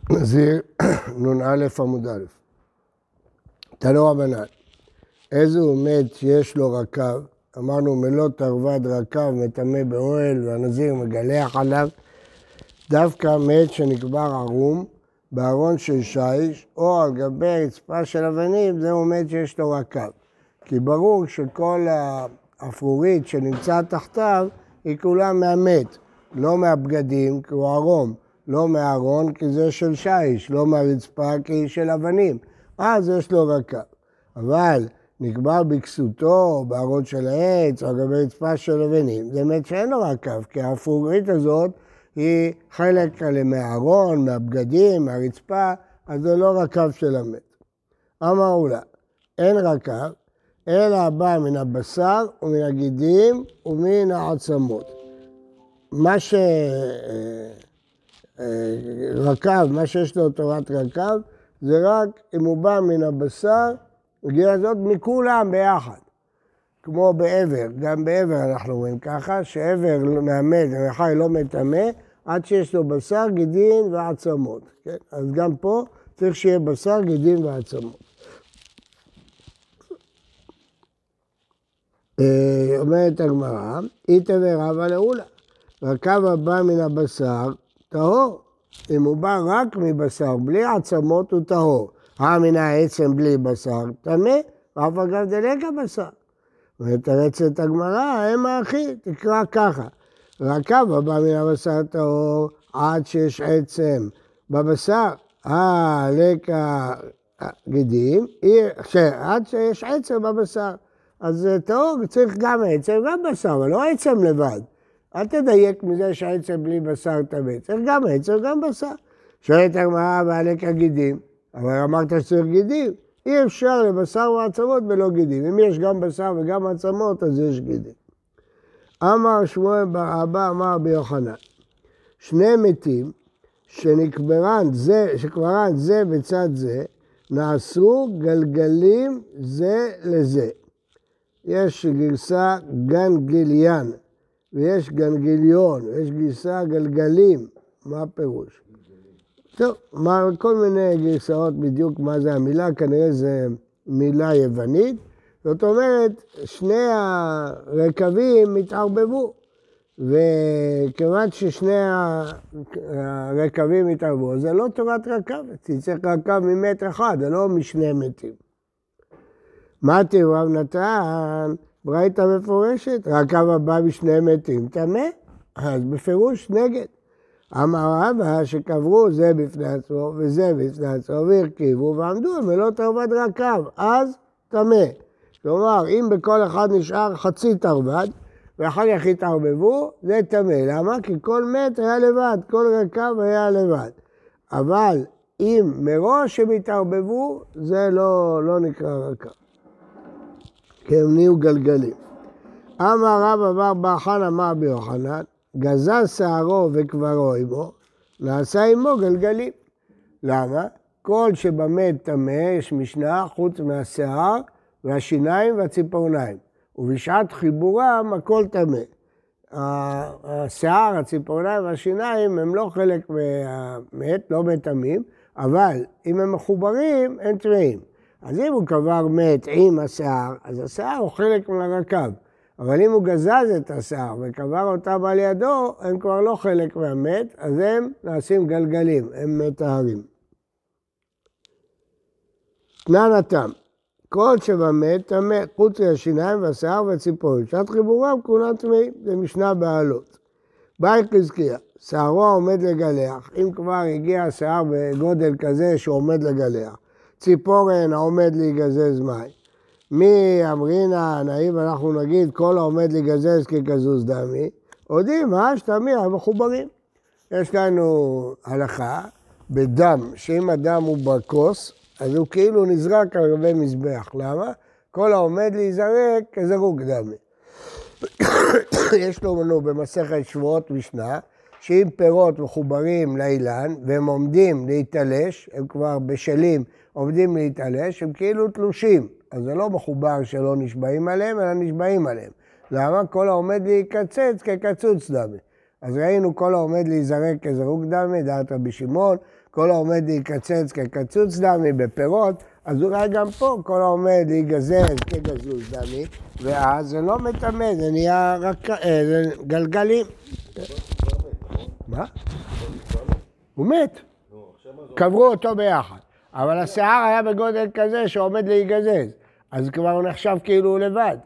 נזיר נ"א עמוד א'. תנו רבנן, איזה הוא מת שיש לו רקב? אמרנו מלוא תרווד רקב מטמא באוהל והנזיר מגלח עליו. דווקא מת שנקבר ערום בארון של שיש או על גבי רצפה של אבנים, זהו מת שיש לו רקב. כי ברור שכל האפרורית שנמצא תחתיו היא כולה מהמת, לא מהבגדים כי הוא ערום. לא מהארון כי זה של שיש, לא מהרצפה כי היא של אבנים. אז יש לו רקב. אבל נקבר בכסותו, בארון של העץ, או גבי רצפה של אבנים, זה מת שאין לו רקב, כי האפרורית הזאת היא חלק מהארון, מהבגדים, מהרצפה, אז זה לא רקב של המת. אמרו לה, אין רקב, אלא בא מן הבשר ומן הגידים ומן העצמות. מה רקב, מה שיש לו תורת רקב, זה רק אם הוא בא מן הבשר, הגיעה זאת מכולם ביחד. כמו בעבר, גם בעבר אנחנו רואים ככה, שעבר מהמת ומחי לא מטמא, עד שיש לו בשר, גידים ועצמות. כן? אז גם פה צריך שיהיה בשר, גידים ועצמות. אומרת הגמרא, איתא ורבא לאולה, רקב הבא מן הבשר, טהור. אם הוא בא רק מבשר, בלי עצמות הוא טהור. מן העצם בלי בשר, טמא, ואף אגב דלק הבשר. ותרצת הגמרא, הם האחי, תקרא ככה. רקב הבא מן הבשר טהור, עד שיש עצם בבשר. לקה גידים, עד שיש עצם בבשר. אז טהור צריך גם עצם וגם בשר, אבל לא עצם לבד. אל תדייק מזה שהעצם בלי בשר טמא, צריך גם עצם וגם בשר. שואלת הגמרא והלקה גידים, אבל אמרת שצריך גידים, אי אפשר לבשר ועצמות בלא גידים. אם יש גם בשר וגם עצמות, אז יש גידים. אמר שמואל בר אבא, אמר ביוחנן, שני מתים שקברן זה בצד זה, נעשו גלגלים זה לזה. יש גרסה גנגליין, ויש גנגיליון, ויש גרסה גלגלים. מה הפירוש? טוב, כל מיני גרסאות בדיוק מה זה המילה, כנראה זה מילה יוונית. זאת אומרת, שני הרקבים מתערבבו. וכיוון ששני הרקבים התערבבו, זה לא תורת רקב, צריך רקב ממת אחד, זה לא משני מתים. מה רב נתן? ברייתא מפורשת, רקב הבא בשני מתים, טמא, אז בפירוש נגד. אמר רבא שקברו זה בפני עצמו וזה בפני עצמו והרכיבו ועמדו על מלוא תרווד רקב, אז טמא. כלומר, אם בכל אחד נשאר חצי תרווד ואחר כך התערבבו, זה טמא. למה? כי כל מת היה לבד, כל רקב היה לבד. אבל אם מראש הם התערבבו, זה לא נקרא רקב. כי הם נהיו גלגלים. אמר רבא בר בר חנא אמר ביוחנן, גזל שערו וקברו עמו, נעשה עמו גלגלים. למה? כל שבמת טמא יש משנה חוץ מהשיער והשיניים והציפורניים. ובשעת חיבורם הכל טמא. השיער, הציפורניים והשיניים הם לא חלק מהמת, לא מטמאים, אבל אם הם מחוברים הם טמאים. אז אם הוא קבר מת עם השיער, אז השיער הוא חלק מהרקב. אבל אם הוא גזז את השיער וקבר אותם על ידו, הם כבר לא חלק מהמת, אז הם נעשים גלגלים, הם מטהרים. תנן התם, כל שבמת טמא, חוץ מהשיניים והשיער והציפורית, שעת חיבורם כולם טמאים, זה משנה בעלות. באי חזקיה, שיערו עומד לגלח, אם כבר הגיע השיער בגודל כזה שהוא עומד לגלח, ציפורן העומד להיגזז מים. מי אמרינן, האם אנחנו נגיד כל העומד להיגזז כגזוז דמי, יודעים שתמיד הם מחוברים. יש לנו הלכה בדם, שאם הדם הוא בכוס, אז הוא כאילו נזרק על גבי מזבח. למה? כל העומד להיזרק כזרוק דמי. יש לנו במסכת שבועות משנה, שאם פירות מחוברים לאילן והם עומדים להתעלש, הם כבר בשלים עומדים להתעלש, הם כאילו תלושים. אז זה לא מחובר שלא נשבעים עליהם, אלא נשבעים עליהם. למה? כל העומד להיקצץ כקצוץ דמי. אז ראינו כל העומד להיזרק כזרוק דמי, דעת רבי שמעון, כל העומד להיקצץ כקצוץ דמי בפירות, אז אולי גם פה כל העומד להיגזז כגזוז דמי, ואז זה לא מטמא, זה נהיה רק גלגלים. מה? הוא מת. קברו אותו ביחד. אבל השיער היה בגודל כזה שעומד להיגזז, אז כבר הוא נחשב כאילו הוא לבד.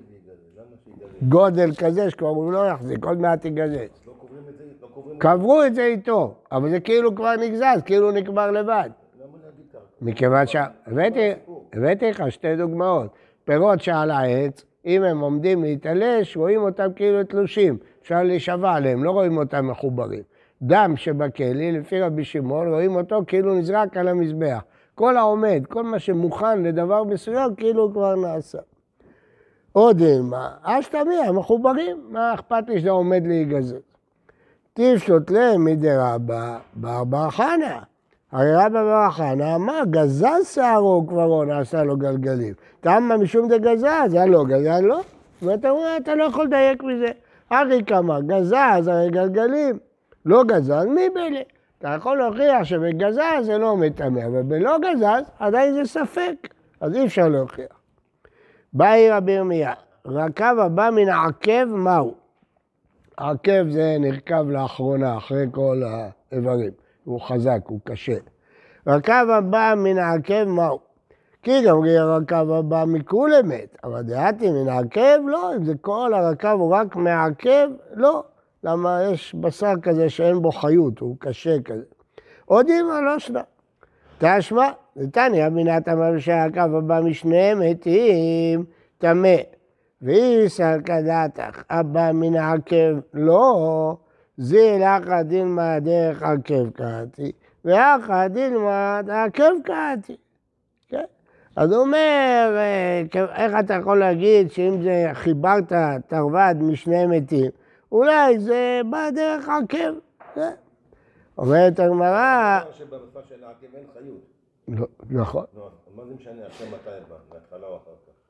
גודל כזה שכבר הוא לא יחזיק, עוד מעט ייגזז. קברו את זה איתו, אבל זה כאילו כבר נגזז, כאילו הוא נקבר לבד. מכיוון הבאתי לך שתי דוגמאות. פירות שעל העץ, אם הם עומדים להתעלש, רואים אותם כאילו תלושים. אפשר להישבע עליהם, לא רואים אותם מחוברים. דם שבכלי, לפי רבי שמעון, רואים אותו כאילו נזרק על המזבח. כל העומד, כל מה שמוכן לדבר מסוים, כאילו הוא כבר נעשה. עוד מה? אשתמיה, מחוברים. מה אכפת לי שזה עומד להיגזר? תפשוט להם מדי רבא בר בר חנא. הרי רבא בר חנא אמר, גזז שערו כבר נעשה לו גלגלים. תמה משום דגזז, זה לא גזז, לא? ואתה אומר, אתה לא יכול לדייק מזה. אחי כמה, גזז, הרי גלגלים. לא גזז, מי בלה? אתה יכול להוכיח שבגזז זה לא מטמא, אבל בלא גזז עדיין זה ספק, אז אי אפשר להוכיח. באי רבי ירמיה, רקב הבא מן העקב מהו? העקב זה נרכב לאחרונה, אחרי כל האיברים, הוא חזק, הוא קשה. רקב הבא מן העקב מהו? כי גם רקב הבא מכולי מת, אבל דעתי מן העקב לא, אם זה כל הרקב הוא רק מהעקב, לא. למה יש בשר כזה שאין בו חיות, הוא קשה כזה. עוד אימא לא שנה. תשמע, נתניה בינת אמר שהעקב הבא משניהם מתים טמא. ואיסר כדתך, הבא מן העקב לא, זה לך דילמה דרך עקב קראתי, ואחא דילמה עקב קראתי. כן? אז הוא אומר, איך אתה יכול להגיד שאם זה חיברת תרווד משניהם מתים, אולי זה בא דרך עקב. אומרת הגמרא... שבבשר של העקב אין חיות. נכון. מה זה משנה עכשיו מתי בא? מההתחלה או אחר כך?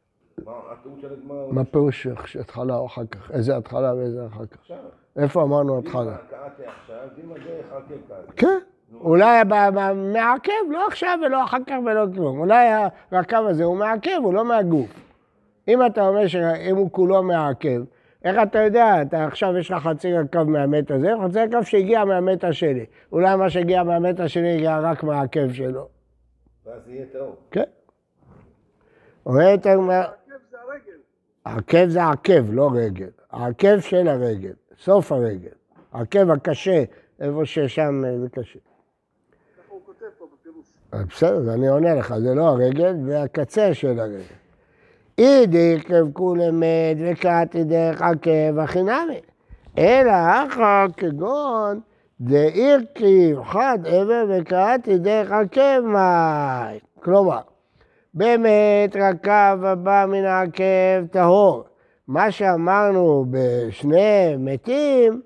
מה פירוש שהתחלה או אחר כך? איזה התחלה ואיזה אחר כך? איפה אמרנו התחלה? קראתי עכשיו, דימה דרך עקב קראתי. כן. אולי מעכב, לא עכשיו ולא אחר כך ולא כלום. אולי הרקב הזה הוא מעכב, הוא לא מהגוף. אם אתה אומר שאם הוא כולו מעכב, איך אתה יודע? אתה עכשיו יש לך חצי רקב מהמת הזה, חצי רקב שהגיע מהמת השני. אולי מה שהגיע מהמת השני הגיע רק מהעקב שלו. ואז יהיה טוב. כן. העקב זה הרגל. העקב זה העקב, לא רגל. העקב של הרגל, סוף הרגל. העקב הקשה, איפה ששם זה קשה. הוא כותב פה בפירוש. בסדר, אני עונה לך, זה לא הרגל, זה הקצה של הרגל. אידי עקב כולי מת וקראתי דרך עקב החינמי. אלא אחר כגון דעיר קריב חד עבר וקראתי דרך עקב מים. כלומר, באמת רקב הבא מן העקב טהור. מה שאמרנו בשני מתים,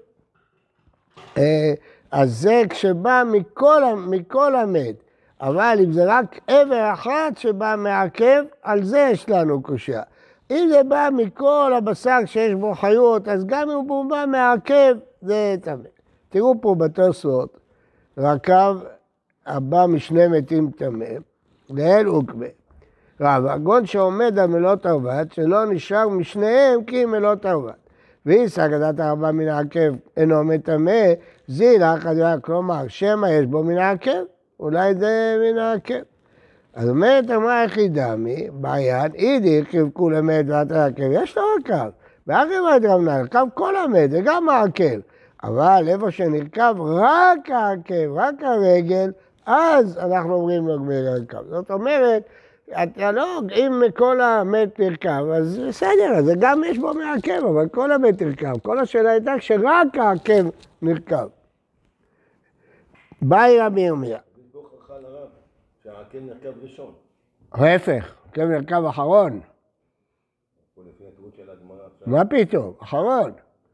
אז זה כשבא מכל המת. אבל אם זה רק עבר אחת שבא מעקב, על זה יש לנו קושיה. אם זה בא מכל הבשר שיש בו חיות, אז גם אם הוא בא מעקב, זה טמא. תראו פה בתוספות, רקב הבא משני מתים טמא, לאל עוקבא. רב, הגון שעומד על מלות ערבת, שלא נשאר משניהם כי מלות ערבת. ואיסא גדת הרבה מן העקב אינו מטמא, זילה חדרה, כלומר, שמא יש בו מן העקב, אולי זה מן העקב. אז אומרת אמרה היחידה בעיין, אידי עקב כולי מת ואת העקב, יש לו עקב. ואחרי מה דרמנה, עקב כל המת, זה גם העקב. אבל איפה שנרכב רק העקב, רק הרגל, אז אנחנו אומרים לו גמר עקב. זאת אומרת, אתה לא, אם כל המת נרכב, אז בסדר, אז גם יש בו מעקב, אבל כל המת נרכב. כל השאלה הייתה שרק העקב נרכב. באי רבי ירמיה. בדיוק לך לרב, שהעקב נרכב ראשון. ההפך, עקב נרכב אחרון. לפי התירוץ של הגמרא. מה פתאום? אחרון.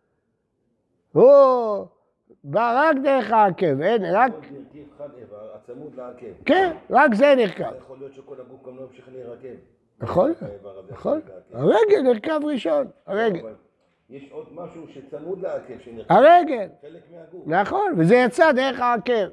הוא בא רק דרך העקב, אין, רק... נרכיב חד איבר, הצמוד לעקב. כן, רק זה נרכב. יכול להיות שכל הגוף גם לא ימשיך להירקב. נכון, נכון. הרגל נרכב ראשון, הרגל. יש עוד משהו שצמוד לעקב שנרקב. הרגל. חלק מהגוף. נכון, וזה יצא דרך העקב.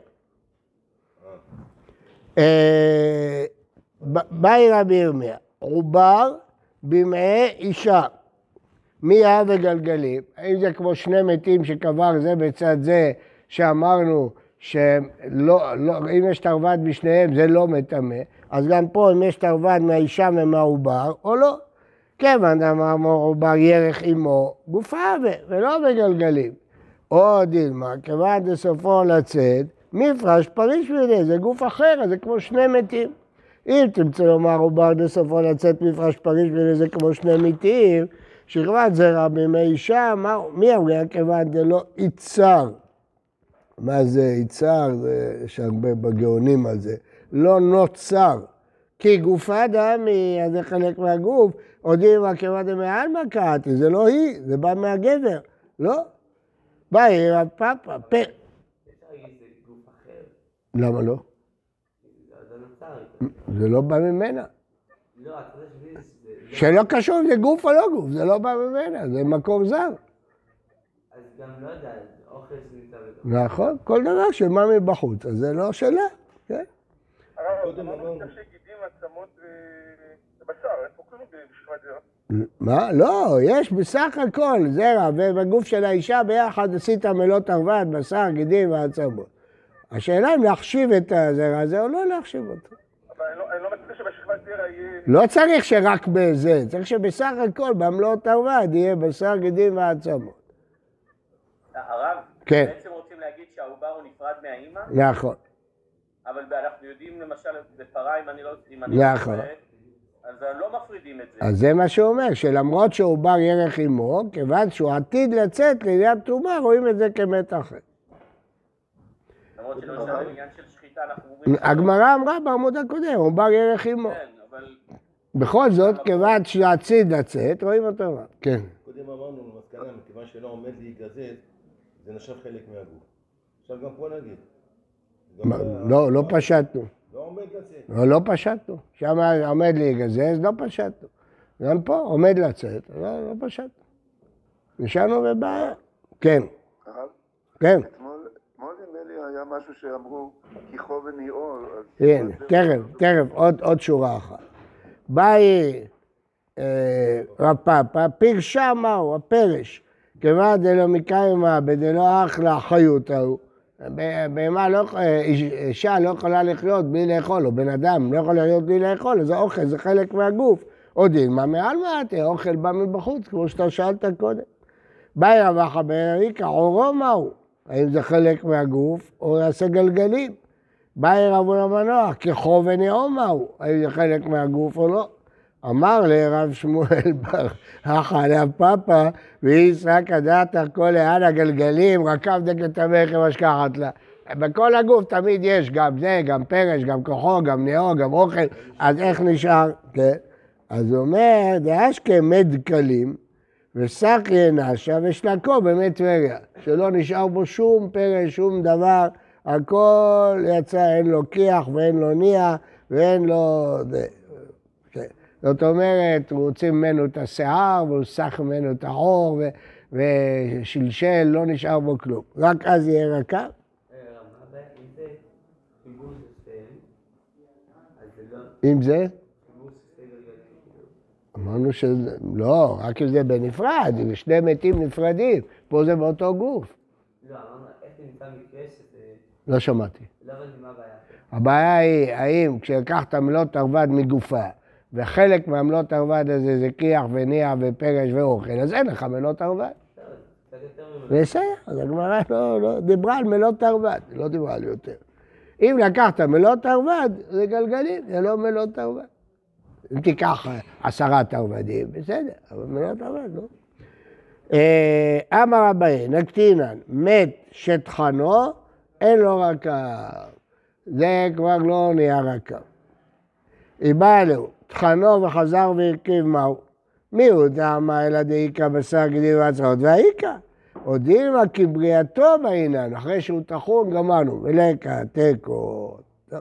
באי רבי ירמיה, עובר במעי אישה, מיה וגלגלים. האם זה כמו שני מתים שקבר זה בצד זה, שאמרנו שאם יש תרווד בשניהם זה לא מטמא, אז גם פה אם יש תרווד מהאישה ומהעובר או לא. כיוון אמר עובר ירך עמו, גופה ולא בגלגלים. או דילמה, כיוון דסופו לצאת, מפרש פריש בידי, זה גוף אחר, זה כמו שני מתים. אם תמצא לומר עובר דסופו לצאת מפרש פריש בידי, זה כמו שני מתים, שכיוון זרע בימי אישה, מי אמרה כיוון דלא יצר? מה זה יצר? יש הרבה בגאונים על זה. לא נוצר. כי גופה דמי, אז זה חלק מהגוף, עודים כיוון דמעל מקעתי, זה לא היא, זה בא מהגבר, לא? באי רב פאפה, פה. למה לא? זה לא בא ממנה. שלא קשור אם זה גוף או לא גוף, זה לא בא ממנה, זה מקור זר. אז גם לא יודע, אוכל שנמצא בתוך. נכון, כל דבר שבא מבחוץ, אז זה לא שלה, כן? הרב, אמרנו שגידים עצמות ובשר, איפה קוראים בשכבת זרע? מה? לא, יש בסך הכל זרע, ובגוף של האישה ביחד עשית מלות ערבד, בשר, גידים ועצמות. השאלה אם להחשיב את הזרע הזה או לא להחשיב אותו. אבל אני לא מצליח שבשכבת זרע יהיה... לא צריך שרק בזה, צריך שבסך הכל במלות ערבד יהיה בשר, גידים ועצמות. הרב, כן. בעצם רוצים להגיד שהעובר הוא נפרד מהאימא? נכון. אבל אנחנו יודעים למשל בפרה, אם אני לא נכון. אז לא מפרידים את זה. אז זה מה שהוא אומר, שלמרות שעובר ירך עמו, כיוון שהוא עתיד לצאת לעניין תרומה, רואים את זה כמת אחר. למרות שלמשל בעניין של שחיטה אנחנו אומרים... הגמרא אמרה בעמוד הקודם, עובר ירך עמו. כן, אבל... בכל זאת, כיוון שעתיד לצאת, רואים אותו. כן. קודם אמרנו למסקנה, מכיוון שלא עומד להיגזז, זה נחשב חלק מהגוף. עכשיו גם פה נגיד. לא פשטנו. לא עומד לצאת. לא פשטנו. שם עומד להיגזז, לא פשטנו. גם פה עומד לצאת, לא פשטנו. נשארנו בבעיה. כן. הרב? כן. אתמול נדמה לי היה משהו שאמרו, כי חובן יאור. הנה, תכף, עוד שורה אחת. באי רב פאפה, פירשה מהו, הפרש. כיוון דלא מקיימה, בדלא אחלה חיות ההוא. אישה לא יכולה לחיות בלי לאכול, או בן אדם לא יכול לחיות בלי לאכול, אז האוכל זה חלק מהגוף. עוד מה מעל מעט, האוכל בא מבחוץ, כמו שאתה שאלת קודם. באי רב אחא בריקה, עורו מהו? האם זה חלק מהגוף, או יעשה גלגלים? באי רב המנוח, כחובן יאור מהו? האם זה חלק מהגוף או לא? אמר לרב שמואל בר אחא לרב פאפה, וישרק הדעת כל לאן הגלגלים, רקב דקת המחם השכחת לה. בכל הגוף תמיד יש גם זה, גם פרש, גם כוחו, גם נאו, גם אוכל, אז איך נשאר? כן. אז הוא אומר, דאשכה מת דקלים, וסקי נשה ושלקו באמת טבריה, שלא נשאר בו שום פרש, שום דבר, הכל יצא, אין לו כיח ואין לו ניע ואין לו... זאת אומרת, הוא הוציא ממנו את השיער, והוא סח ממנו את העור, ושלשל, לא נשאר בו כלום. רק אז יהיה רקב. אם זה חיבוש סטייל, אז זה לא... אם זה? חיבוש סטייל גלגלים. אמרנו שזה... לא, רק אם זה בנפרד, אם שני מתים נפרדים, פה זה באותו גוף. לא, אמרנו, איך זה נמצא מקרה שזה... לא שמעתי. לא הבנתי מה הבעיה. הבעיה היא, האם כשלקחת מלות ערבד מגופה, וחלק מהמלות ערבד הזה זה כיח וניע ופרש ואוכל, אז אין לך מלות ערבד. קצת יותר ממנו. בסדר, אז הגמרא לא דיברה על מלות ערבד, לא דיברה על יותר. אם לקחת מלות ערבד, זה גלגלים, זה לא מלות ערבד. אם תיקח 10 ערבדים, בסדר, אבל מלות ערבד, לא. אמר אביי, נקטינן, מת שטחנו, אין לו רקב. זה כבר לא נהיה רקב. איבא לו, טחנו וחזר והרכיב מהו. מי הוא דאמה אלא דאיקה בשר גידים ועצרות והאיקה. עוד דילמה כי בריאתו בעינן, אחרי שהוא טחון גמרנו, ולקה, תקו.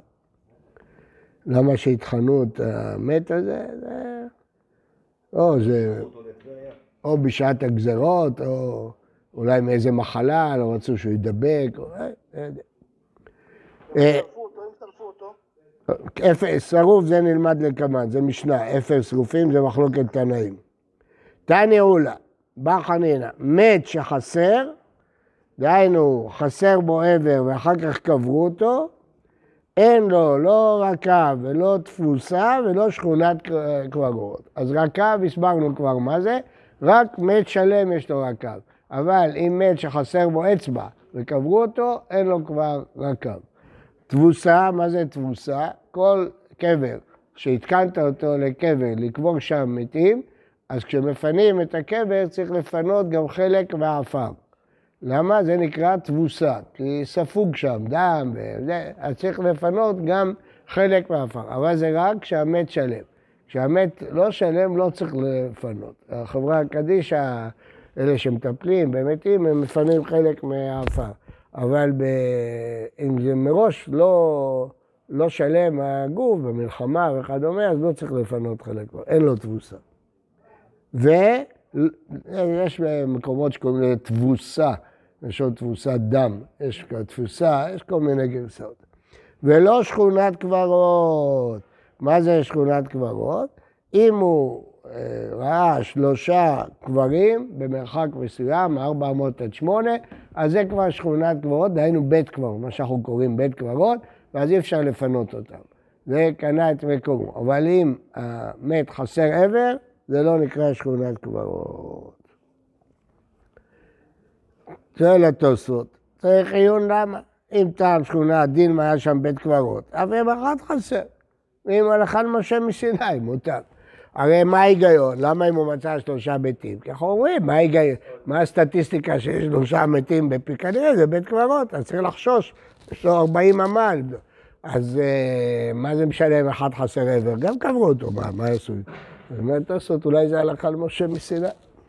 למה שהתחנו את המת הזה? זה... או, זה... או בשעת הגזרות, או אולי מאיזה מחלה, לא רצו שהוא ידבק, או לא יודע. שרפו אותו. שרוף זה נלמד לכמה, זה משנה, אפר שרופים זה מחלוקת תנאים. תניא אולה, בר חנינא, מת שחסר, דהיינו חסר בו עבר ואחר כך קברו אותו, אין לו לא רקב ולא תפוסה ולא שכונת קברות. אז רקב הסברנו כבר מה זה, רק מת שלם יש לו רקב. אבל אם מת שחסר בו אצבע וקברו אותו, אין לו כבר רקב. תבוסה, מה זה תבוסה? כל קבר שהתקנת אותו לקבר, לקבור שם מתים, אז כשמפנים את הקבר צריך לפנות גם חלק מהעפר. למה? זה נקרא תבוסה, כי ספוג שם דם וזה, אז צריך לפנות גם חלק מהעפר. אבל זה רק כשהמת שלם. כשהמת לא שלם לא צריך לפנות. החברה הקדישא, אלה שמטפלים במתים, הם מפנים חלק מהעפר. אבל אם זה מראש לא שלם הגוף במלחמה וכדומה, אז לא צריך לפנות חלק, אין לו תבוסה. ויש מקומות שקוראים לזה תבוסה, יש עוד תבוסת דם, יש תבוסה, יש כל מיני גרסאות. ולא שכונת קברות. מה זה שכונת קברות? אם הוא ראה 3 קברים במרחק מסוים, 400 עד 8, אז זה כבר שכונת קברות, דהיינו בית קברות, מה שאנחנו קוראים בית קברות, ואז אי אפשר לפנות אותם. זה קנה את מקומו. אבל אם המת חסר עבר, זה לא נקרא שכונת קברות. שואל התוספות, צריך עיון למה? אם טעם שכונה דין היה שם בית קברות, אבל אחד חסר. ואם הלכה למשה מסיני, מותר. הרי מה ההיגיון? למה אם הוא מצא 3 ביתים? כי אנחנו אומרים, מה ההיגיון? מה הסטטיסטיקה שיש 3 מתים כנראה זה בית קברות, אז צריך לחשוש, יש לו 40 עמל. אז מה זה משנה אם אחד חסר עבר? גם קברו אותו, מה יעשו? זאת אומרת, אולי זה הלכה למשה מסיני.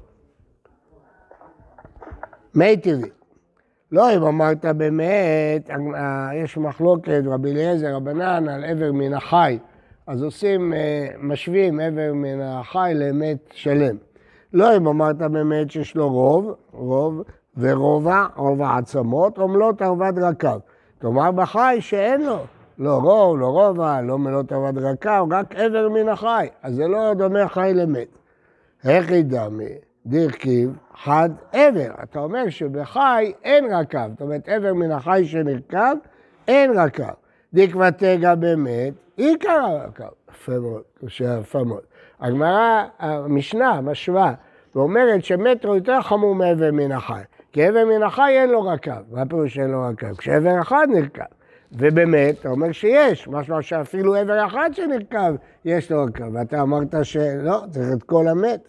מי טבעי. לא, אם אמרת באמת, יש מחלוקת, רבי אליעזר, רבנן, על עבר מן החי. אז משווים עבר מן החי למת שלם. לא, אם אמרת באמת שיש לו רוב ורובע, רובע עצמות, עמלות ערבד רקב. כלומר בחי שאין לו, לא רוב, לא רובע, לא מלות ערבד רקב, רק עבר מן החי. אז זה לא דומה חי למת. הכי דמי, דרכיב, חד עבר. אתה אומר שבחי אין רקב. זאת אומרת, עבר מן החי שנרכב, אין רקב. דקבתגה באמת, עיקר הרקב. יפה מאוד, יפה מאוד. הגמרא, המשנה, משווה, ואומרת שמטרו יותר חמור מעבר מן החי. כי עבר מן החי אין לו רקב. מה פירוש אין לו רקב? כשעבר אחד נרכב. ובאמת, אתה אומר שיש, משמע שאפילו עבר אחד שנרכב, יש לו רקב. ואתה אמרת שלא, צריך את כל המת.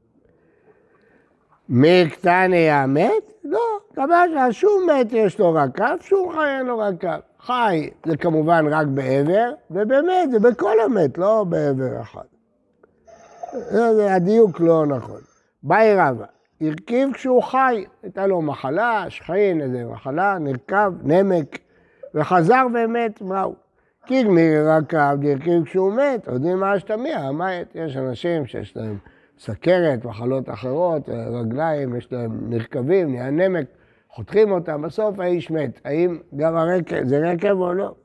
מי קטני המת? לא, כמה שום מת יש לו רקב, שום חי אין לו רקב. חי זה כמובן רק בעבר, ובאמת זה בכל המת, לא בעבר אחד. הדיוק לא נכון. באי רבא, הרכיב כשהוא חי, הייתה לו מחלה, שכין, איזה מחלה, נרכב, נמק, וחזר ומת, מהו? כי גמיר רקב, הרכיב כשהוא מת, יודעים מה השתמיע, המת, יש אנשים שיש להם סכרת, מחלות אחרות, רגליים, יש להם נרכבים, נהיה נמק, חותכים אותם, בסוף האיש מת. האם גם הרקב, זה רקב או לא?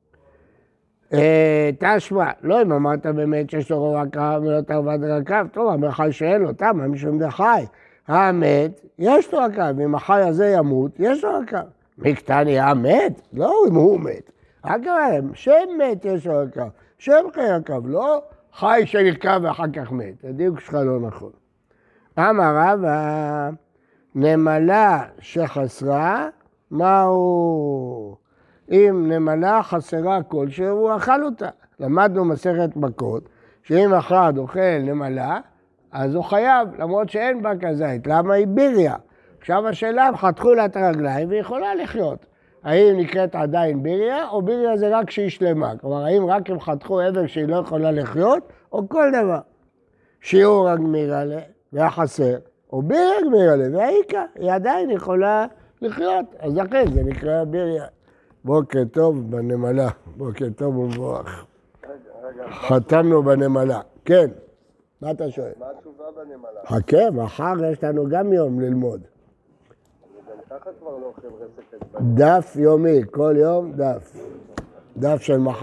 תשמע, לא אם אמרת באמת שיש לו רוב רקב ולא תרבד רקב, טוב, המחל שאין לו, תמה, משום דה חי. המת, יש לו רקב, אם החי הזה ימות, יש לו רקב. מי קטני המת? לא, אם הוא מת. רק שם מת יש לו רקב, שם חי רקב, לא חי שנרכב ואחר כך מת. הדיוק שלך לא נכון. אמר רבא, נמלה שחסרה, מהו? אם נמלה חסרה כלשהו, הוא אכל אותה. למדנו מסכת מכות, שאם אחד אוכל נמלה, אז הוא חייב, למרות שאין בה כזית. למה היא ביריה? עכשיו השאלה, חתכו לה את הרגליים והיא יכולה לחיות. האם נקראת עדיין ביריה, או ביריה זה רק שהיא שלמה? כלומר, האם רק אם חתכו עבר שהיא לא יכולה לחיות, או כל דבר. שיעור הגמירה לה, והחסר, או ביריה גמירה לה, והעיקה, היא עדיין יכולה לחיות. אז לכן זה נקרא ביריה. בוקר טוב בנמלה, בוקר טוב ומבורך. חתמנו בנמלה, כן. מה אתה שואל? מה התשובה בנמלה? חכה, מחר יש לנו גם יום ללמוד. גם ככה כבר לא אוכל רסק אצבע. דף יומי, כל יום דף. דף של מחר.